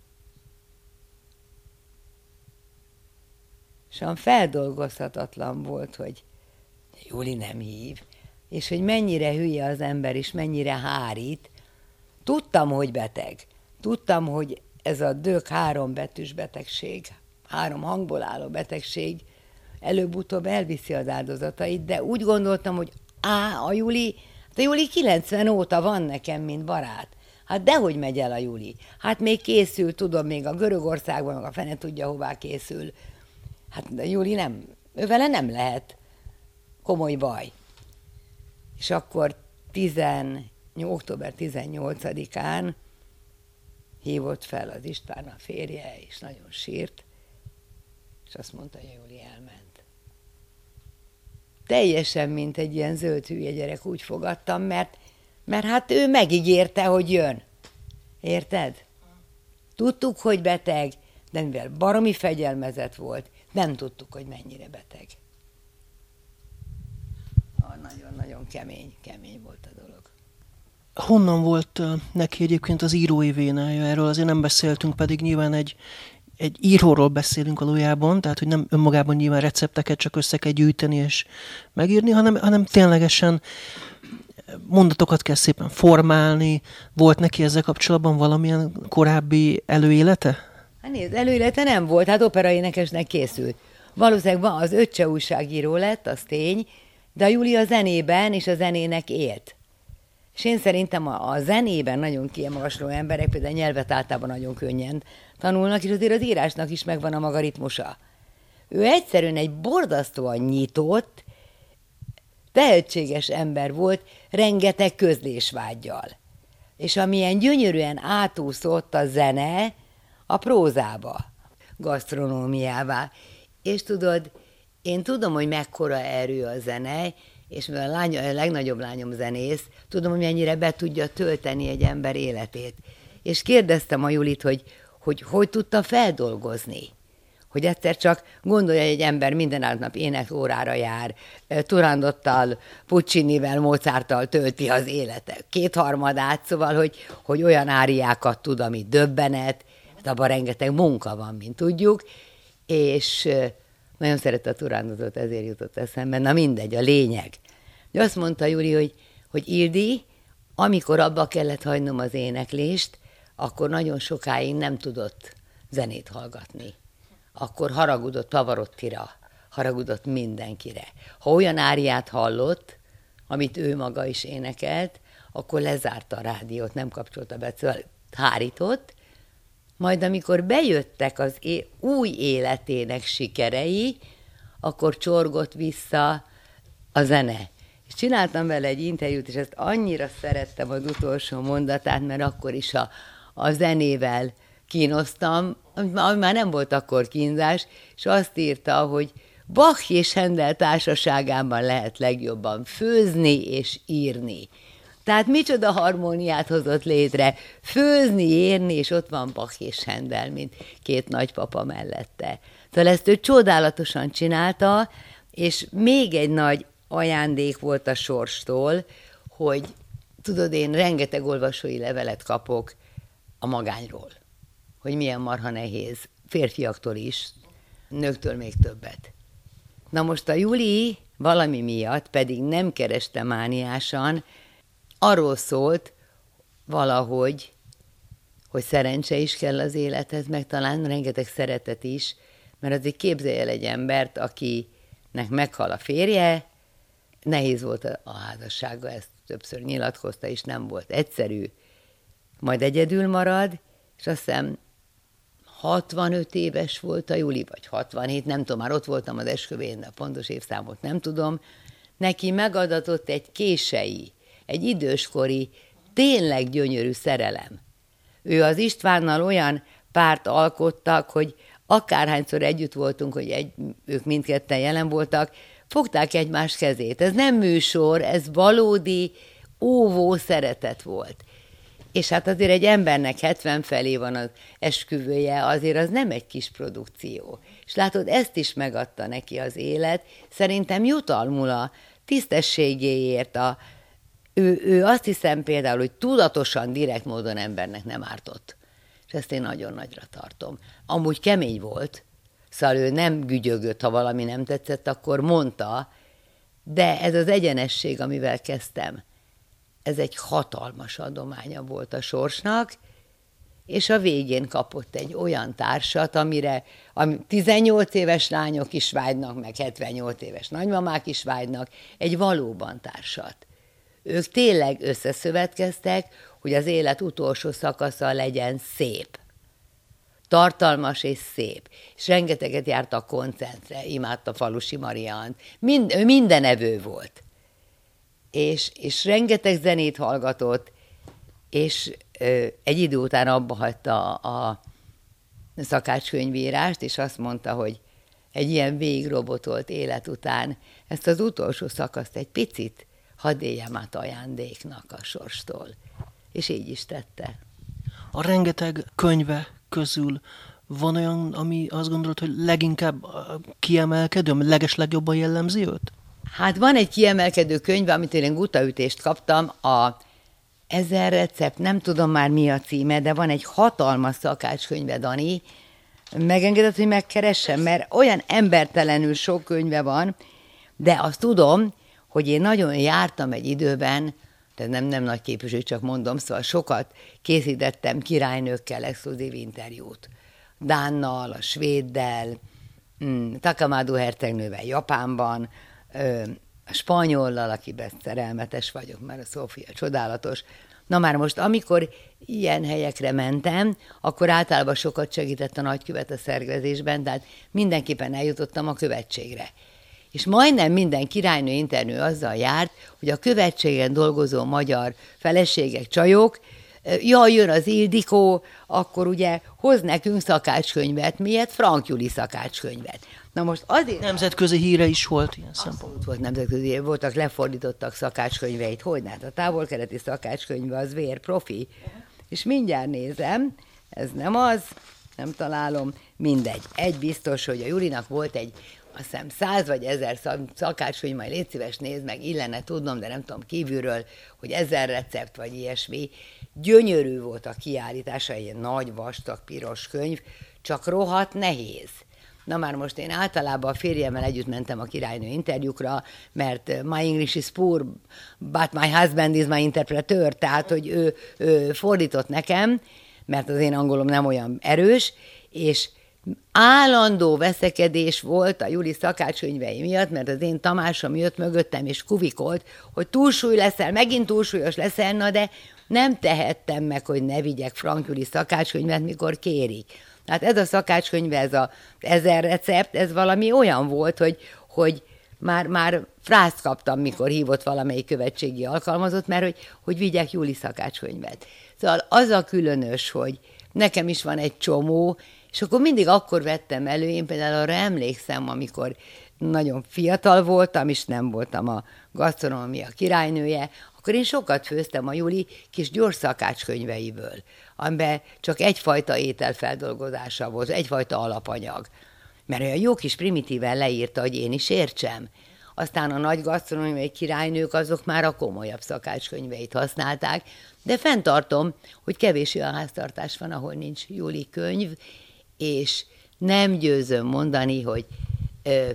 És olyan feldolgozhatatlan volt, hogy Juli nem hív, és hogy mennyire hülye az ember, és mennyire hárít. Tudtam, hogy beteg. Tudtam, hogy ez a dög három betűs betegség, három hangból álló betegség előbb-utóbb elviszi az áldozatait, de úgy gondoltam, hogy á, a Juli, a Juli kilencven óta van nekem, mint barát. Hát dehogy megy el a Juli? Hát még készül, tudom, még a Görögországban, meg a fene tudja, hová készül. Hát a Juli nem, ővele nem lehet komoly baj. És akkor október tizennyolcadikán hívott fel az István, a férje, és nagyon sírt, és azt mondta, hogy Juli elment. Teljesen, mint egy ilyen zöld hülye gyerek úgy fogadtam, mert, mert hát ő megígérte, hogy jön. Érted? Tudtuk, hogy beteg, de mivel baromi fegyelmezett volt, nem tudtuk, hogy mennyire beteg. Nagyon-nagyon kemény, kemény volt a dolog. Honnan volt neki egyébként az írói vénája? Erről azért nem beszéltünk, pedig nyilván egy, egy íróról beszélünk valójában, tehát hogy nem önmagában nyilván recepteket csak össze kell gyűjteni és megírni, hanem, hanem ténylegesen mondatokat kell szépen formálni. Volt neki ezzel kapcsolatban valamilyen korábbi előélete? Hát nézd, előélete nem volt, hát operaénekesnek készült. Valószínűleg az öccse újságíró lett, az tény, de a Juli a zenében és a zenének élt. És én szerintem a, a zenében nagyon kiemagasló emberek, például a nyelvet általában nagyon könnyen tanulnak, és azért az írásnak is megvan a maga ritmusa. Ő egyszerűen egy borzasztóan nyitott, tehetséges ember volt, rengeteg közlésvággyal. És amilyen gyönyörűen átúszott a zene a prózába, gasztronómiává. És tudod, én tudom, hogy mekkora erő a zene, és mivel a, lány, a legnagyobb lányom zenész, tudom, hogy mennyire be tudja tölteni egy ember életét. És kérdeztem a Julit, hogy hogy, hogy tudta feldolgozni. Hogy egyszer csak gondolja, hogy egy ember minden nap énekórára jár, Turandottal, Puccinivel, Mozarttal tölti az élete kétharmadát, szóval, hogy, hogy olyan áriákat tud, ami döbbenet, abban rengeteg munka van, mint tudjuk, és nagyon szerette a Turandotot, ezért jutott eszembe. Na mindegy, a lényeg. De azt mondta Juli, hogy, hogy Ildi, amikor abba kellett hagynom az éneklést, akkor nagyon sokáig nem tudott zenét hallgatni. Akkor haragudott Pavarottira, haragudott mindenkire. Ha olyan áriát hallott, amit ő maga is énekelt, akkor lezárta a rádiót, nem kapcsolta be, szóval hárított. Majd amikor bejöttek az é- új életének sikerei, akkor csorgott vissza a zene. És csináltam vele egy interjút, és ezt annyira szerettem az utolsó mondatát, mert akkor is a, a zenével kínoztam, már nem volt akkor kínzás, és azt írta, hogy Bach és Händel társaságában lehet legjobban főzni és írni. Tehát micsoda harmóniát hozott létre, főzni, írni, és ott van Bach és Händel, mint két nagypapa mellette. Szóval ezt ő csodálatosan csinálta, és még egy nagy ajándék volt a sorstól, hogy tudod, én rengeteg olvasói levelet kapok a magányról, hogy milyen marha nehéz, férfiaktól is, nőktől még többet. Na most a Juli valami miatt pedig nem kereste mániásan, arról szólt valahogy, hogy szerencse is kell az élethez, meg talán rengeteg szeretet is, mert azért képzelj el egy embert, akinek meghal a férje, nehéz volt a házassága, ezt többször nyilatkozta, és nem volt egyszerű, majd egyedül marad, és azt hiszem hatvanöt éves volt a Juli, vagy hatvanhét, nem tudom, már ott voltam az esküvén, de a pontos évszámot nem tudom, neki megadatott egy kései, egy időskori, tényleg gyönyörű szerelem. Ő az Istvánnal olyan párt alkottak, hogy akárhányszor együtt voltunk, hogy egy, ők mindketten jelen voltak, fogták egymás kezét. Ez nem műsor, ez valódi, óvó szeretet volt. És hát azért egy embernek hetven felé van az esküvője, azért az nem egy kis produkció. És látod, ezt is megadta neki az élet, szerintem jutalmul a tisztességéért, a, ő, ő azt hiszem például, hogy tudatosan, direkt módon embernek nem ártott. És ezt én nagyon nagyra tartom. Amúgy kemény volt, szóval ő nem gügyögött, ha valami nem tetszett, akkor mondta, de ez az egyenesség, amivel kezdtem, ez egy hatalmas adománya volt a sorsnak, és a végén kapott egy olyan társat, amire ami tizennyolc éves lányok is vágynak, meg hetvennyolc éves nagymamák is vágynak, egy valóban társat. Ők tényleg összeszövetkeztek, hogy az élet utolsó szakasza legyen szép. Tartalmas és szép. És rengeteget járt a koncertre, imádta Falusi Mariant. Mind, ő mindenevő volt. És, és rengeteg zenét hallgatott, és ö, egy idő után abba hagyta a, a szakácskönyvírást, és azt mondta, hogy egy ilyen végigrobotolt élet után ezt az utolsó szakaszt egy picit hadd éljem át ajándéknak a sorstól. És így is tette. A rengeteg könyve közül van olyan, ami azt gondolod, hogy leginkább kiemelkedő, ami legeslegjobban jellemzi őt? Hát van egy kiemelkedő könyv, amit én gutaütést kaptam, a Ezer recept, nem tudom már mi a címe, de van egy hatalmas szakácskönyve, Dani. Megengedett, hogy megkeressem, mert olyan embertelenül sok könyve van, de azt tudom, hogy én nagyon jártam egy időben, de nem, nem nagy képviselő, csak mondom, szóval sokat készítettem királynőkkel exkluzív interjút. Dánnal, a svéddel, mm, Takamado hercegnővel Japánban, ö, a spanyollal, akiben szerelmetes vagyok, mert a Szófia csodálatos. Na már most, amikor ilyen helyekre mentem, akkor általában sokat segített a nagykövet a szervezésben, tehát mindenképpen eljutottam a követségre. És majdnem minden királynő interjú azzal járt, hogy a követségen dolgozó magyar feleségek, csajok, ja, jön az Ildikó, akkor ugye hoz nekünk szakácskönyvet, miért? Frank Juli szakácskönyvet. Na most azért... Nemzetközi híre is volt ilyen szempont. Volt nemzetközi híre, voltak, lefordítottak szakácskönyveit. Hogy hát a távol-keleti szakácskönyve az vér profi. És mindjárt nézem, ez nem az, nem találom, mindegy. Egy biztos, hogy a Julinak volt egy, azt hiszem száz vagy ezer szakácskönyv, majd légy szíves, nézd meg, illene tudnom, de nem tudom kívülről, hogy ezer recept vagy ilyesmi. Gyönyörű volt a kiállítása, egy ilyen nagy, vastag, piros könyv, csak rohadt nehéz. Na már most én általában a férjemmel együtt mentem a királynő interjúkra, mert my English is poor, but my husband is my interpreter, tehát, hogy ő, ő fordított nekem, mert az én angolom nem olyan erős, és állandó veszekedés volt a Juli szakácskönyvei miatt, mert az én Tamásom jött mögöttem, és kuvikolt, hogy túlsúly leszel, megint túlsúlyos leszel, na de nem tehettem meg, hogy ne vigyek Frank Juli szakácskönyvet, mikor kérik. Hát ez a szakácskönyv, ez az ezer recept, ez valami olyan volt, hogy, hogy már, már frászt kaptam, mikor hívott valamelyik követségi alkalmazott, mert hogy, hogy vigyek Juli szakácskönyvet. Szóval az a különös, hogy nekem is van egy csomó, és akkor mindig akkor vettem elő, én például arra emlékszem, amikor nagyon fiatal voltam, és nem voltam a gasztronómia királynője, akkor én sokat főztem a Juli kis gyors szakácskönyveiből, amiben csak egyfajta ételfeldolgozása volt, egyfajta alapanyag. Mert olyan jó kis primitíven leírta, hogy én is értsem. Aztán a nagy gasztronómiai királynők azok már a komolyabb szakácskönyveit használták, de fenntartom, hogy kevés olyan háztartás van, ahol nincs Juli könyv, és nem győzöm mondani, hogy ö,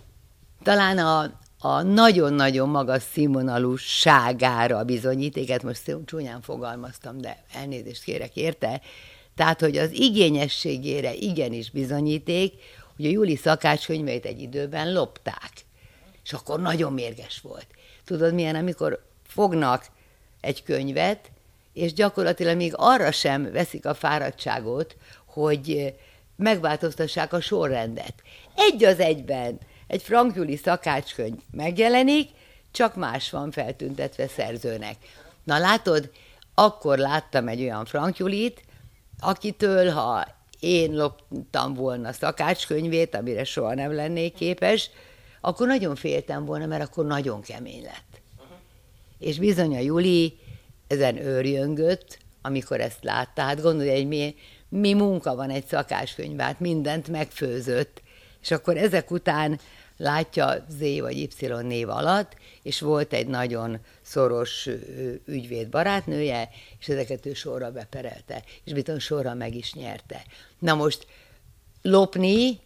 talán a, a nagyon-nagyon magas színvonalúságára bizonyítéket, most csúnyán fogalmaztam, de elnézést kérek érte, tehát, hogy az igényességére igenis bizonyíték, hogy a Juli szakácskönyveit egy időben lopták. És akkor nagyon mérges volt. Tudod milyen, amikor fognak egy könyvet, és gyakorlatilag még arra sem veszik a fáradtságot, hogy megváltoztassák a sorrendet. Egy az egyben egy Frank Juli szakácskönyv megjelenik, csak más van feltüntetve szerzőnek. Na látod, akkor láttam egy olyan Frank Julit, akitől, ha én loptam volna szakácskönyvét, amire soha nem lennék képes, akkor nagyon féltem volna, mert akkor nagyon kemény lett. Uh-huh. És bizony a Juli ezen őrjöngött, amikor ezt látta. Hát gondolja, hogy mi, mi munka van egy szakácskönyv, hát mindent megfőzött, és akkor ezek után látja Z vagy Y név alatt, és volt egy nagyon szoros ügyvéd barátnője, és ezeket ő sorra beperelte, és bizony sorra meg is nyerte. Na most lopni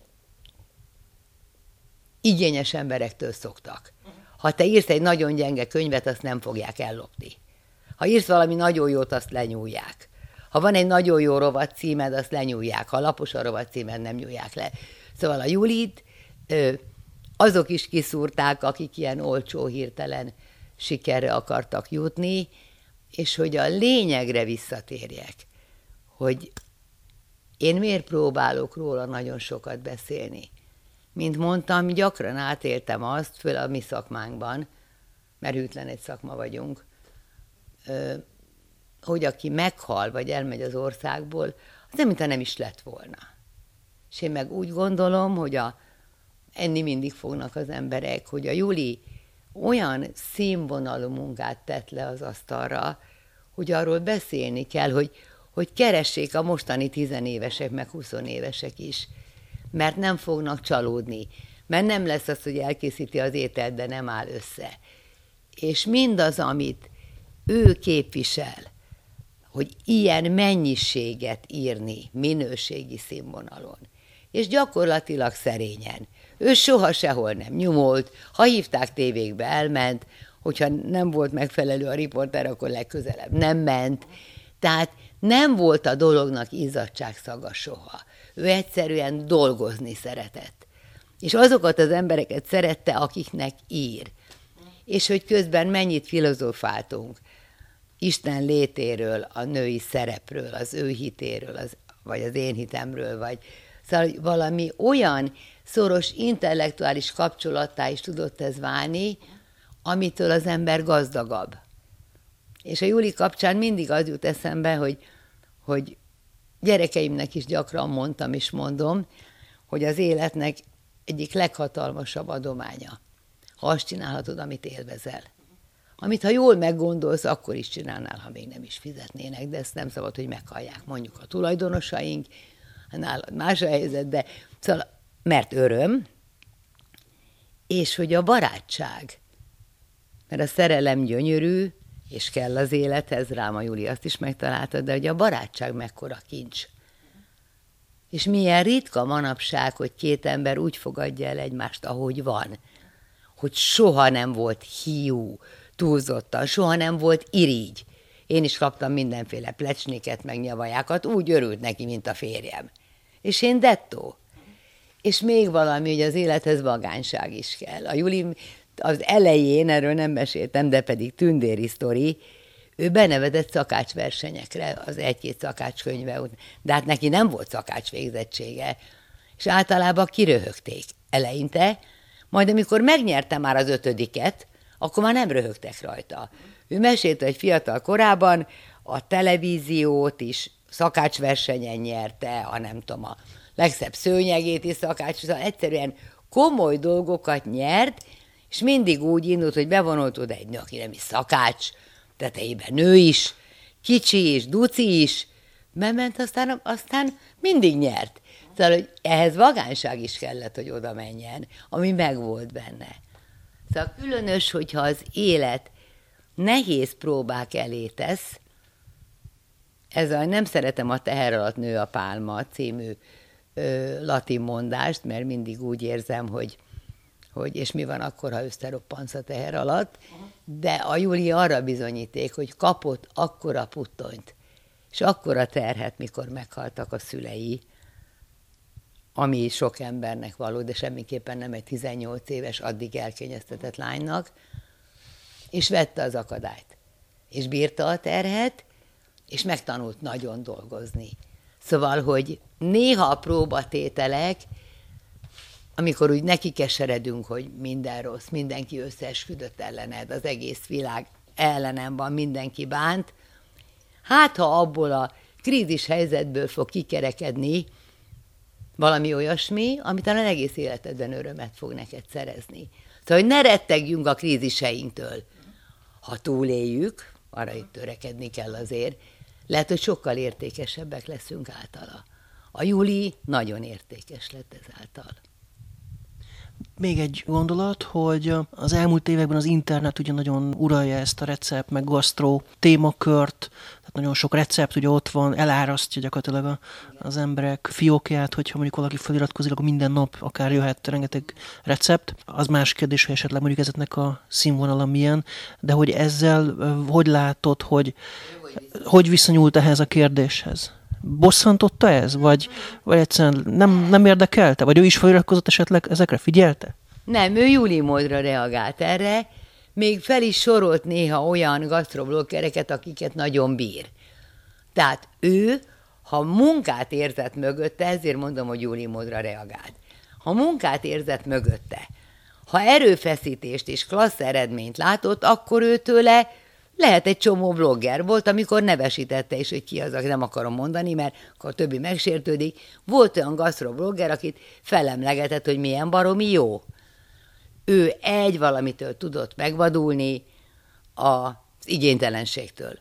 igényes emberektől szoktak. Ha te írsz egy nagyon gyenge könyvet, azt nem fogják ellopni. Ha írsz valami nagyon jót, azt lenyúlják. Ha van egy nagyon jó rovat címed, azt lenyúlják. Ha lapos a rovat címed, nem nyúlják le. Szóval a Julit azok is kiszúrták, akik ilyen olcsó, hirtelen sikerre akartak jutni, és hogy a lényegre visszatérjek, hogy én miért próbálok róla nagyon sokat beszélni. Mint mondtam, gyakran átéltem azt, föl a mi szakmánkban, mert hűtlen egy szakma vagyunk, hogy aki meghal, vagy elmegy az országból, az nem, mintha nem is lett volna. És én meg úgy gondolom, hogy a, enni mindig fognak az emberek, hogy a Juli olyan színvonalú munkát tett le az asztalra, hogy arról beszélni kell, hogy, hogy keressék a mostani tizenévesek, meg huszonévesek is, mert nem fognak csalódni, mert nem lesz az, hogy elkészíti az ételt, de nem áll össze. És mindaz, amit ő képvisel, hogy ilyen mennyiséget írni minőségi színvonalon, és gyakorlatilag szerényen. Ő soha sehol nem nyomolt, ha hívták tévékbe, elment, hogyha nem volt megfelelő a riporter, akkor legközelebb nem ment. Tehát nem volt a dolognak izzadságszaga soha. Ő egyszerűen dolgozni szeretett. És azokat az embereket szerette, akiknek ír. És hogy közben mennyit filozofáltunk Isten létéről, a női szerepről, az ő hitéről, az, vagy az én hitemről, vagy szóval valami olyan szoros intellektuális kapcsolattá is tudott ez válni, amitől az ember gazdagabb. És a Juli kapcsán mindig az jut eszembe, hogy, hogy gyerekeimnek is gyakran mondtam és mondom, hogy az életnek egyik leghatalmasabb adománya, ha azt csinálhatod, amit élvezel. Amit ha jól meggondolsz, akkor is csinálnál, ha még nem is fizetnének, de ezt nem szabad, hogy meghallják mondjuk a tulajdonosaink, nálad más a helyzet, de szóval, mert öröm, és hogy a barátság, mert a szerelem gyönyörű, és kell az élethez, rám a Juli azt is megtalálta, de hogy a barátság mekkora kincs. És milyen ritka manapság, hogy két ember úgy fogadja el egymást, ahogy van, hogy soha nem volt hiú, túlzottan, soha nem volt irigy. Én is kaptam mindenféle plecsniket, meg nyavajákat, úgy örült neki, mint a férjem. És én dettó. És még valami, hogy az élethez vagányság is kell. A Juli az elején, erről nem meséltem, de pedig tündéri sztori, ő benevedett szakácsversenyekre, az egy-két szakácskönyve, de hát neki nem volt szakácsvégzettsége, és általában kiröhögték eleinte, majd amikor megnyerte már az ötödiket, akkor már nem röhögtek rajta. Ő mesélte, hogy fiatal korában a televíziót is szakácsversenyen nyerte, a nem tudom, a legszebb szőnyegét is szakács, szóval egyszerűen komoly dolgokat nyert, és mindig úgy indult, hogy bevonult oda egy nő, aki nem is szakács, tetejében nő is, kicsi is, duci is, bement, aztán, aztán mindig nyert. Szóval, hogy ehhez vagányság is kellett, hogy oda menjen, ami megvolt benne. Szóval különös, hogyha az élet nehéz próbák elé tesz, ez a nem szeretem a teher alatt nő a pálma című ö, latin mondást, mert mindig úgy érzem, hogy, hogy és mi van akkor, ha összeroppansz a teher alatt, de a Juli arra bizonyíték, hogy kapott akkora puttonyt, és akkora terhet, mikor meghaltak a szülei, ami sok embernek való, de semmiképpen nem egy tizennyolc éves, addig elkényeztetett lánynak, és vette az akadályt, és bírta a terhet, és megtanult nagyon dolgozni. Szóval, hogy néha a próbatételek amikor úgy neki keseredünk, hogy minden rossz, mindenki összeesküdött ellened, az egész világ ellenem van, mindenki bánt, hát ha abból a krízis helyzetből fog kikerekedni valami olyasmi, amit talán egész életedben örömet fog neked szerezni. Szóval, hogy ne rettegjünk a kríziseinktől. Ha túléljük, arra itt törekedni kell azért, lehet, hogy sokkal értékesebbek leszünk általa. A Juli nagyon értékes lett ezáltal. Még egy gondolat, hogy az elmúlt években az internet ugye nagyon uralja ezt a recept, meg gasztró témakört, tehát nagyon sok recept ugye ott van, elárasztja gyakorlatilag a, az emberek fiókját, hogyha mondjuk valaki feliratkozik, akkor minden nap akár jöhet rengeteg recept. Az más kérdés, hogy esetleg mondjuk ezeknek a színvonala milyen, de hogy ezzel hogy látod, hogy hogy viszonyult ehhez a kérdéshez? Bosszantotta ez? Vagy, vagy egyszerűen nem, nem érdekelte? Vagy ő is feliratkozott esetleg ezekre? Figyelte? Nem, ő Juli módra reagált erre, még fel is sorolt néha olyan gasztrobloggereket, akiket nagyon bír. Tehát ő, ha munkát érzett mögötte, ezért mondom, hogy Juli módra reagált. Ha munkát érzett mögötte, ha erőfeszítést és klassz eredményt látott, akkor őtőle lehet egy csomó blogger. Volt, amikor nevesítette is, hogy ki az, aki nem akarom mondani, mert akkor a többi megsértődik. Volt olyan gasztroblogger, akit felemlegetett, hogy milyen baromi jó. Ő egy valamitől tudott megvadulni, az igénytelenségtől.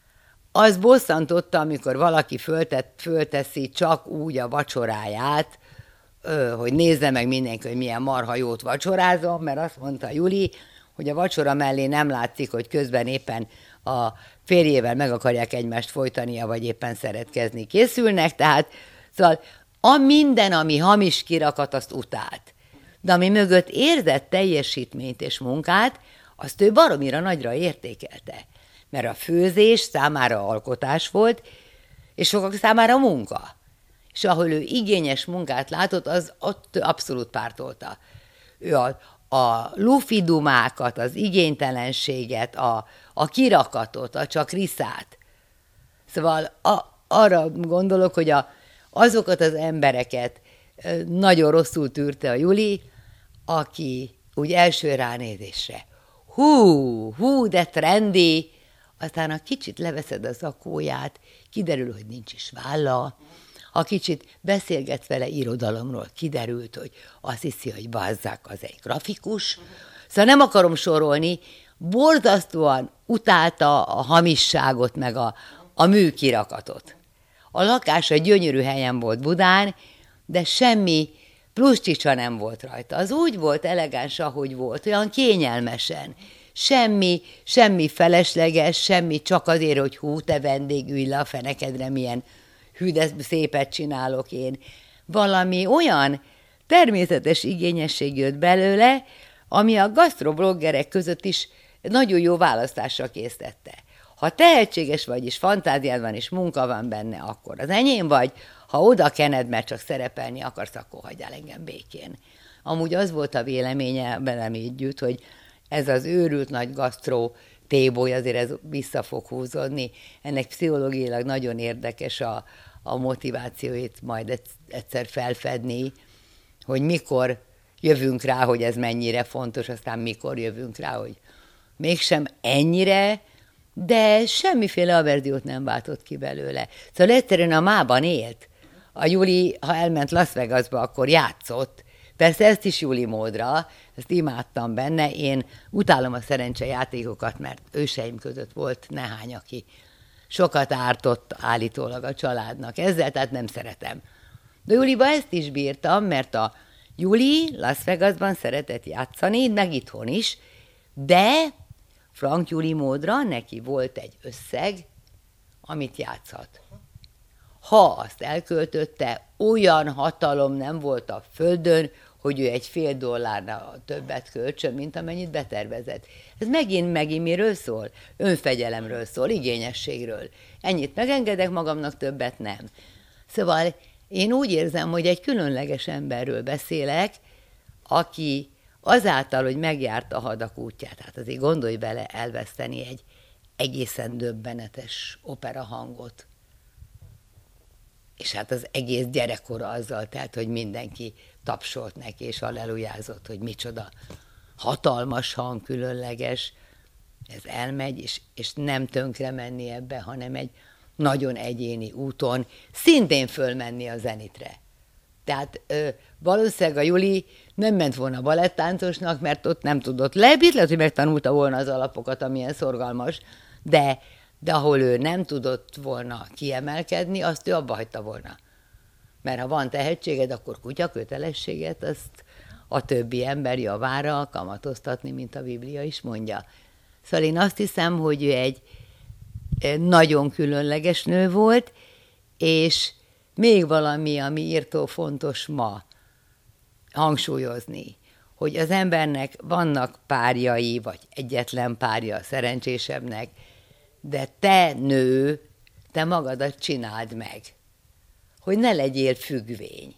Az bosszantotta, amikor valaki föltett, fölteszi csak úgy a vacsoráját, hogy nézze meg mindenki, hogy milyen marha jót vacsorázom, mert azt mondta Juli, hogy a vacsora mellé nem látszik, hogy közben éppen a férjével meg akarják egymást folytania, vagy éppen szeretkezni készülnek, tehát szóval a minden, ami hamis kirakat, azt utált. De ami mögött érzett teljesítményt és munkát, azt ő baromira nagyra értékelte. Mert a főzés számára alkotás volt, és sokak számára munka. És ahol ő igényes munkát látott, az ott abszolút pártolta. Ő a, a lufidumákat, az igénytelenséget, a, a kirakatot, a csak riszát. Szóval a, arra gondolok, hogy a, azokat az embereket nagyon rosszul tűrte a Juli, aki úgy első ránézésre, hú, hú, de trendi, aztán ha kicsit leveszed a zakóját, kiderül, hogy nincs is válla, ha kicsit beszélgetsz vele irodalomról, kiderült, hogy azt hiszi, hogy Balzac az egy grafikus. Szóval nem akarom sorolni, borzasztóan utálta a hamisságot, meg a, a műkirakatot. A lakása gyönyörű helyen volt Budán, de semmi plusz csicsa nem volt rajta. Az úgy volt elegáns, ahogy volt, olyan kényelmesen. Semmi, semmi felesleges, semmi csak azért, hogy hú, te vendég, ülj le a fenekedre, milyen hű, de szépet csinálok én. Valami olyan természetes igényesség jött belőle, ami a gasztrobloggerek között is nagyon jó választásra késztette. Ha tehetséges vagy, és fantáziád van, és munka van benne, akkor az enyém vagy, ha oda kened, mert csak szerepelni akarsz, akkor hagyjál engem békén. Amúgy az volt a véleménye velem együtt, hogy ez az őrült nagy gasztró téboly, azért ez vissza fog húzódni. Ennek pszichológiailag nagyon érdekes a, a motivációit majd egyszer felfedni, hogy mikor jövünk rá, hogy ez mennyire fontos, aztán mikor jövünk rá, hogy mégsem ennyire, de semmiféle averziót nem váltott ki belőle. Szóval egyszerűen a mában élt. A Juli, ha elment Las Vegasba, akkor játszott. Persze ezt is Juli módra, ezt imádtam benne. Én utálom a szerencsejátékokat, mert őseim között volt nehány, aki sokat ártott állítólag a családnak ezzel, tehát nem szeretem. De Juliba ezt is bírtam, mert a Juli Las Vegasban szeretett játszani, meg itthon is, de Frank Juli módra neki volt egy összeg, amit játszhat. Ha azt elköltötte, olyan hatalom nem volt a földön, hogy ő egy fél dollárnál többet költsön, mint amennyit betervezett. Ez megint, megint miről szól? Önfegyelemről szól, igényességről. Ennyit megengedek magamnak, többet nem. Szóval én úgy érzem, hogy egy különleges emberről beszélek, aki azáltal, hogy megjárta a hadak útját, hát azért gondolj bele elveszteni egy egészen döbbenetes opera hangot. és hát az egész gyerekkora azzal telt, hogy mindenki tapsolt neki, és hallelujázott, hogy micsoda hatalmas hang, különleges, ez elmegy, és, és nem tönkre menni ebbe, hanem egy nagyon egyéni úton szintén fölmenni a zenitre. Tehát ö, valószínűleg a Juli nem ment volna balettáncosnak, mert ott nem tudott lebít, lehet, hogy megtanulta volna az alapokat, amilyen szorgalmas, de, de ahol ő nem tudott volna kiemelkedni, azt ő abba hagyta volna. Mert ha van tehetséged, akkor kutya kötelességet, azt a többi ember javára kamatoztatni, mint a Biblia is mondja. Szóval én azt hiszem, hogy ő egy nagyon különleges nő volt, és még valami, ami írtó fontos ma hangsúlyozni, hogy az embernek vannak párjai, vagy egyetlen párja szerencsésebbnek, de te nő, te magadat csináld meg, hogy ne legyél függvény.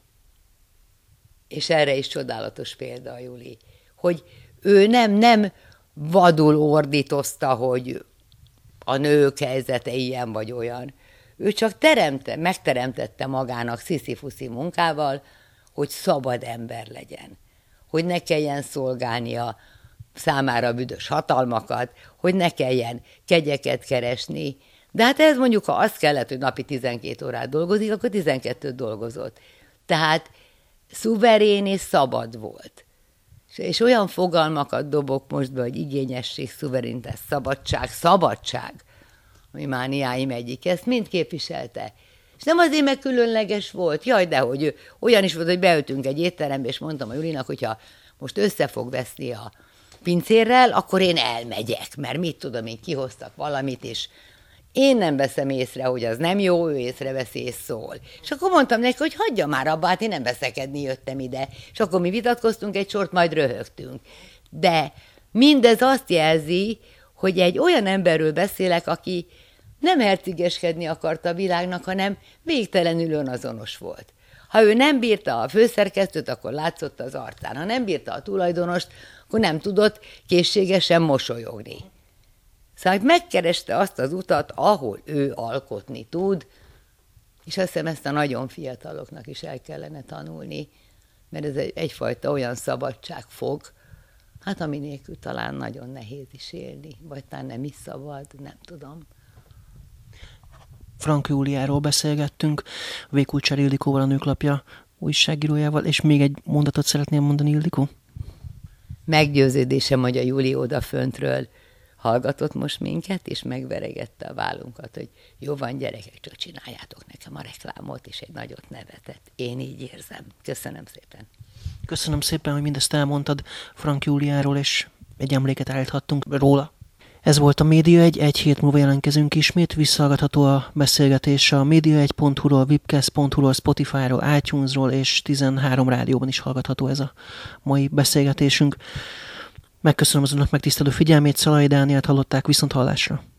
És erre is csodálatos példa a Juli, hogy ő nem, nem vadul ordítozta, hogy a nők helyzete ilyen vagy olyan. Ő csak teremte, megteremtette magának sziszifuszi munkával, hogy szabad ember legyen. Hogy ne kelljen szolgálnia számára büdös hatalmakat, hogy ne kelljen kegyeket keresni. De hát ez mondjuk, ha azt kellett, hogy napi tizenkét órát dolgozik, akkor tizenkettőt dolgozott. Tehát szuverén és szabad volt. És olyan fogalmakat dobok most be, hogy igényesség, szuverenitás, szabadság, szabadság, ami mániáim egyik, ezt mind képviselte. És nem azért, mert különleges volt, jaj, de hogy ő olyan is volt, hogy beültünk egy étterembe, és mondtam a Julinak, hogyha most össze fog veszni a pincérrel, akkor én elmegyek, mert mit tudom én, kihoztak valamit, és én nem veszem észre, hogy az nem jó, ő észreveszi és szól. És akkor mondtam neki, hogy hagyja már abba, hát én nem veszekedni jöttem ide. És akkor mi vitatkoztunk egy sort, majd röhögtünk. De mindez azt jelzi, hogy egy olyan emberről beszélek, aki nem hercigeskedni akarta a világnak, hanem végtelenül önazonos volt. Ha ő nem bírta a főszerkesztőt, akkor látszott az arcán. Ha nem bírta a tulajdonost, akkor nem tudott készségesen mosolyogni. Szóval megkereste azt az utat, ahol ő alkotni tud, és azt hiszem ezt a nagyon fiataloknak is el kellene tanulni, mert ez egy, egyfajta olyan szabadság fog, hát ami nélkül talán nagyon nehéz is élni, vagy talán nem is szabad, nem tudom. Frank Júliáról beszélgettünk, Vékulcsár Ildikóval, a Nőklapja újságírójával, és még egy mondatot szeretném mondani, Ildikó? Meggyőződésem, hogy a Júli odaföntről hallgatott most minket, és megveregette a vállunkat, hogy jó van, gyerekek, csak csináljátok nekem a reklámot, és egy nagyot nevetett. Én így érzem. Köszönöm szépen. Köszönöm szépen, hogy mindezt elmondtad Frank Júliáról, és egy emléket állíthattunk róla. Ez volt a Média egy, egy hét múlva jelentkezünk ismét, visszahallgatható a beszélgetés a média egy pont hu-ról, webcast pont hu-ról, Spotify-ról, iTunes-ról, és tizenhárom rádióban is hallgatható ez a mai beszélgetésünk. Megköszönöm az önök megtisztelő figyelmét, Szalai Dánielt hallották, viszont hallásra.